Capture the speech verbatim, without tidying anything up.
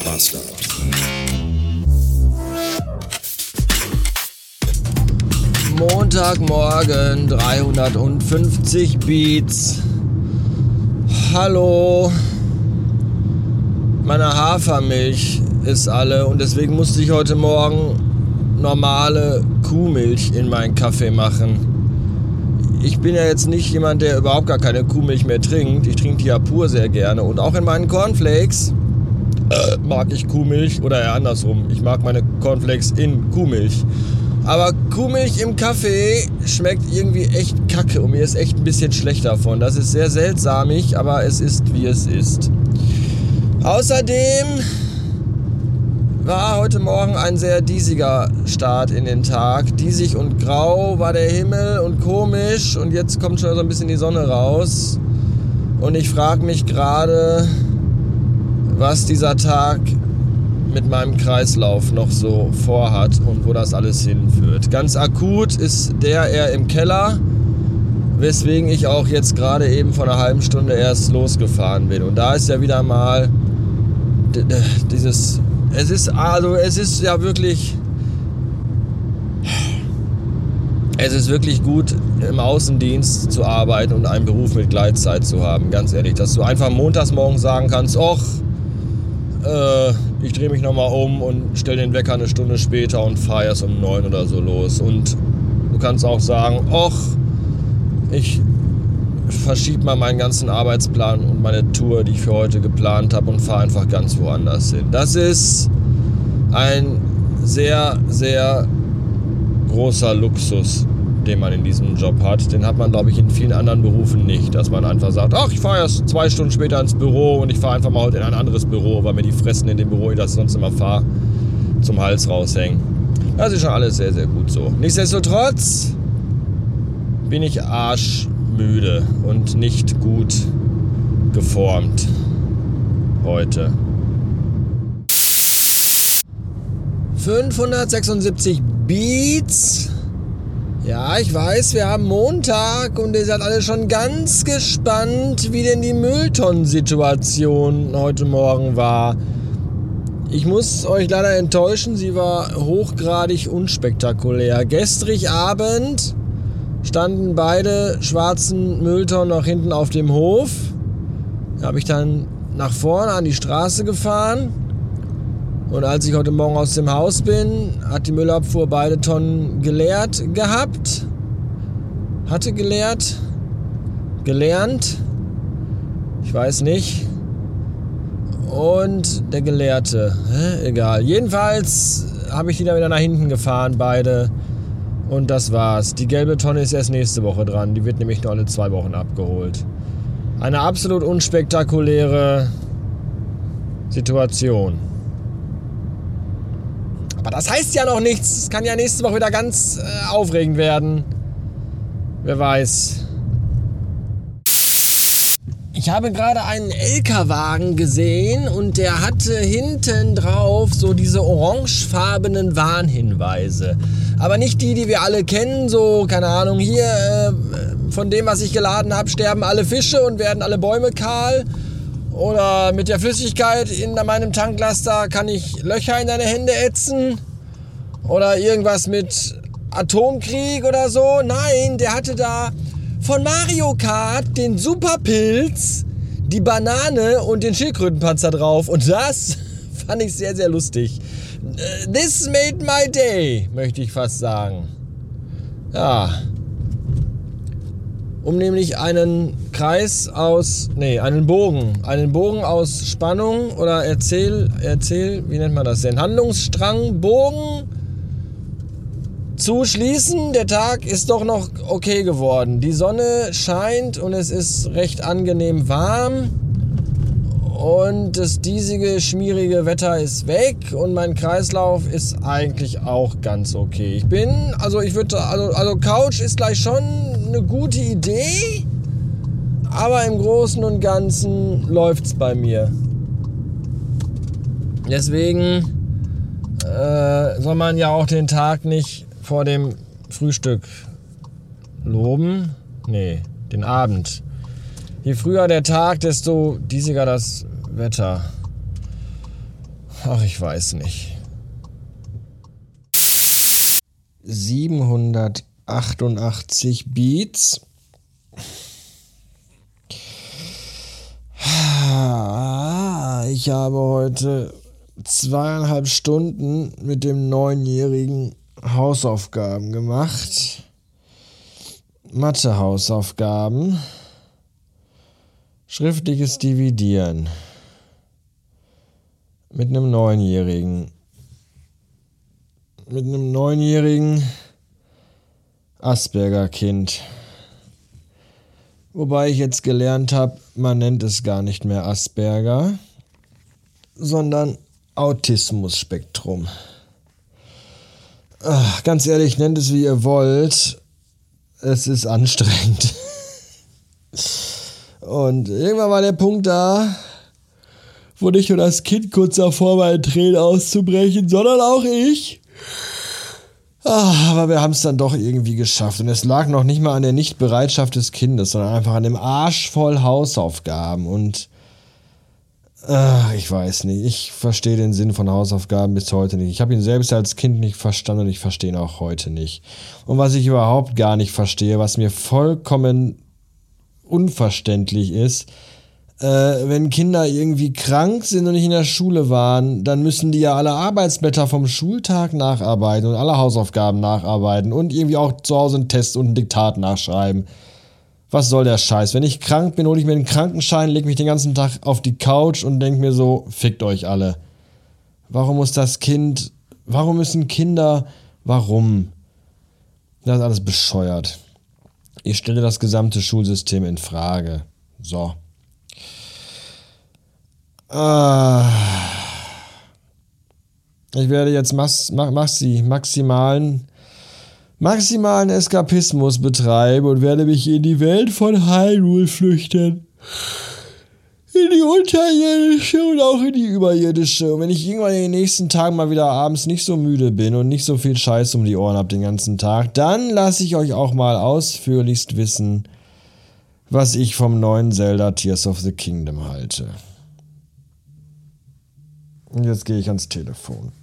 Bastard. Montagmorgen, dreihundertfünfzig Beats. Hallo. Meine Hafermilch ist alle und deswegen musste ich heute Morgen normale Kuhmilch in meinen Kaffee machen. Ich bin ja jetzt nicht jemand, der überhaupt gar keine Kuhmilch mehr trinkt. Ich trinke die ja pur sehr gerne. Und auch in meinen Cornflakes äh, mag ich Kuhmilch. Oder eher andersrum. Ich mag meine Cornflakes in Kuhmilch. Aber Kuhmilch im Kaffee schmeckt irgendwie echt kacke. Und mir ist echt ein bisschen schlecht davon. Das ist sehr seltsamig, aber es ist, wie es ist. Außerdem war heute Morgen ein sehr diesiger Start in den Tag. Diesig und grau war der Himmel und komisch und jetzt kommt schon so ein bisschen die Sonne raus. Und ich frage mich gerade, was dieser Tag mit meinem Kreislauf noch so vorhat und wo das alles hinführt. Ganz akut ist der eher im Keller, weswegen ich auch jetzt gerade eben vor einer halben Stunde erst losgefahren bin. Und da ist ja wieder mal d- d- dieses... Es ist, also es ist ja wirklich, es ist wirklich gut, im Außendienst zu arbeiten und einen Beruf mit Gleitzeit zu haben, ganz ehrlich. Dass du einfach montags morgens sagen kannst, och, äh, ich drehe mich nochmal um und stelle den Wecker eine Stunde später und fahre erst um neun oder so los. Und du kannst auch sagen, och, ich verschiebe mal meinen ganzen Arbeitsplan und meine Tour, die ich für heute geplant habe und fahre einfach ganz woanders hin. Das ist ein sehr, sehr großer Luxus, den man in diesem Job hat. Den hat man, glaube ich, in vielen anderen Berufen nicht, dass man einfach sagt, ach, ich fahre erst zwei Stunden später ins Büro und ich fahre einfach mal heute in ein anderes Büro, weil mir die Fressen in dem Büro, das ich sonst immer fahre, zum Hals raushängen. Das ist schon alles sehr, sehr gut so. Nichtsdestotrotz bin ich arschmüde und nicht gut geformt heute. fünfhundertsechsundsiebzig Beats. Ja, ich weiß, wir haben Montag und ihr seid alle schon ganz gespannt, wie denn die Mülltonnensituation heute Morgen war. Ich muss euch leider enttäuschen, sie war hochgradig unspektakulär. Gestrig Abend standen beide schwarzen Mülltonnen noch hinten auf dem Hof. Da habe ich dann nach vorne an die Straße gefahren. Und als ich heute Morgen aus dem Haus bin, hat die Müllabfuhr beide Tonnen geleert gehabt. Hatte geleert. Gelernt. Ich weiß nicht. Und der Gelehrte. Hä? Egal. Jedenfalls habe ich die dann wieder nach hinten gefahren, beide. Und das war's. Die gelbe Tonne ist erst nächste Woche dran. Die wird nämlich nur alle zwei Wochen abgeholt. Eine absolut unspektakuläre Situation. Aber das heißt ja noch nichts. Es kann ja nächste Woche wieder ganz äh, aufregend werden. Wer weiß. Ich habe gerade einen L K W-Wagen gesehen und der hatte hinten drauf so diese orangefarbenen Warnhinweise. Aber nicht die, die wir alle kennen, so, keine Ahnung, hier, äh, von dem, was ich geladen habe, sterben alle Fische und werden alle Bäume kahl. Oder mit der Flüssigkeit in meinem Tanklaster kann ich Löcher in deine Hände ätzen. Oder irgendwas mit Atomkrieg oder so. Nein, der hatte da von Mario Kart den Superpilz, die Banane und den Schildkrötenpanzer drauf. Und das fand ich sehr, sehr lustig. This made my day, möchte ich fast sagen. Ja. Um nämlich einen Kreis aus, nee, einen Bogen, einen Bogen aus Spannung oder Erzähl, Erzähl, wie nennt man das denn? Handlungsstrang, Bogen zu schließen. Der Tag ist doch noch okay geworden. Die Sonne scheint und es ist recht angenehm warm. Und das diesige, schmierige Wetter ist weg und mein Kreislauf ist eigentlich auch ganz okay. Ich bin, also ich würde, also, also Couch ist gleich schon eine gute Idee, aber im Großen und Ganzen läuft's bei mir. Deswegen äh, soll man ja auch den Tag nicht vor dem Frühstück loben. Nee, den Abend. Je früher der Tag, desto diesiger das Wetter. Ach, ich weiß nicht. siebenhundertachtundachtzig Beats. Ich habe heute zweieinhalb Stunden mit dem Neunjährigen Hausaufgaben gemacht. Mathe-Hausaufgaben. Schriftliches Dividieren. Mit einem Neunjährigen. Mit einem neunjährigen Asperger-Kind. Wobei ich jetzt gelernt habe, man nennt es gar nicht mehr Asperger, sondern Autismus-Spektrum. Ach, ganz ehrlich, nennt es wie ihr wollt. Es ist anstrengend. Und irgendwann war der Punkt da, wo nicht nur das Kind kurz davor war, in Tränen auszubrechen, sondern auch ich. Ah, aber wir haben es dann doch irgendwie geschafft. Und es lag noch nicht mal an der Nichtbereitschaft des Kindes, sondern einfach an dem Arsch voll Hausaufgaben. Und ach, ich weiß nicht, ich verstehe den Sinn von Hausaufgaben bis heute nicht. Ich habe ihn selbst als Kind nicht verstanden und ich verstehe ihn auch heute nicht. Und was ich überhaupt gar nicht verstehe, was mir vollkommen unverständlich ist, Äh, wenn Kinder irgendwie krank sind und nicht in der Schule waren, dann müssen die ja alle Arbeitsblätter vom Schultag nacharbeiten und alle Hausaufgaben nacharbeiten und irgendwie auch zu Hause einen Test und ein Diktat nachschreiben. Was soll der Scheiß? Wenn ich krank bin, hole ich mir den Krankenschein, lege mich den ganzen Tag auf die Couch und denke mir so, fickt euch alle. Warum muss das Kind, warum müssen Kinder, warum? Das ist alles bescheuert. Ich stelle das gesamte Schulsystem in Frage. So. Ich werde jetzt mas- maxi- maximalen, maximalen Eskapismus betreiben und werde mich in die Welt von Hyrule flüchten. In die unterirdische und auch in die überirdische. Und wenn ich irgendwann in den nächsten Tagen mal wieder abends nicht so müde bin und nicht so viel Scheiß um die Ohren habe den ganzen Tag, dann lasse ich euch auch mal ausführlichst wissen, was ich vom neuen Zelda Tears of the Kingdom halte. Und jetzt gehe ich ans Telefon.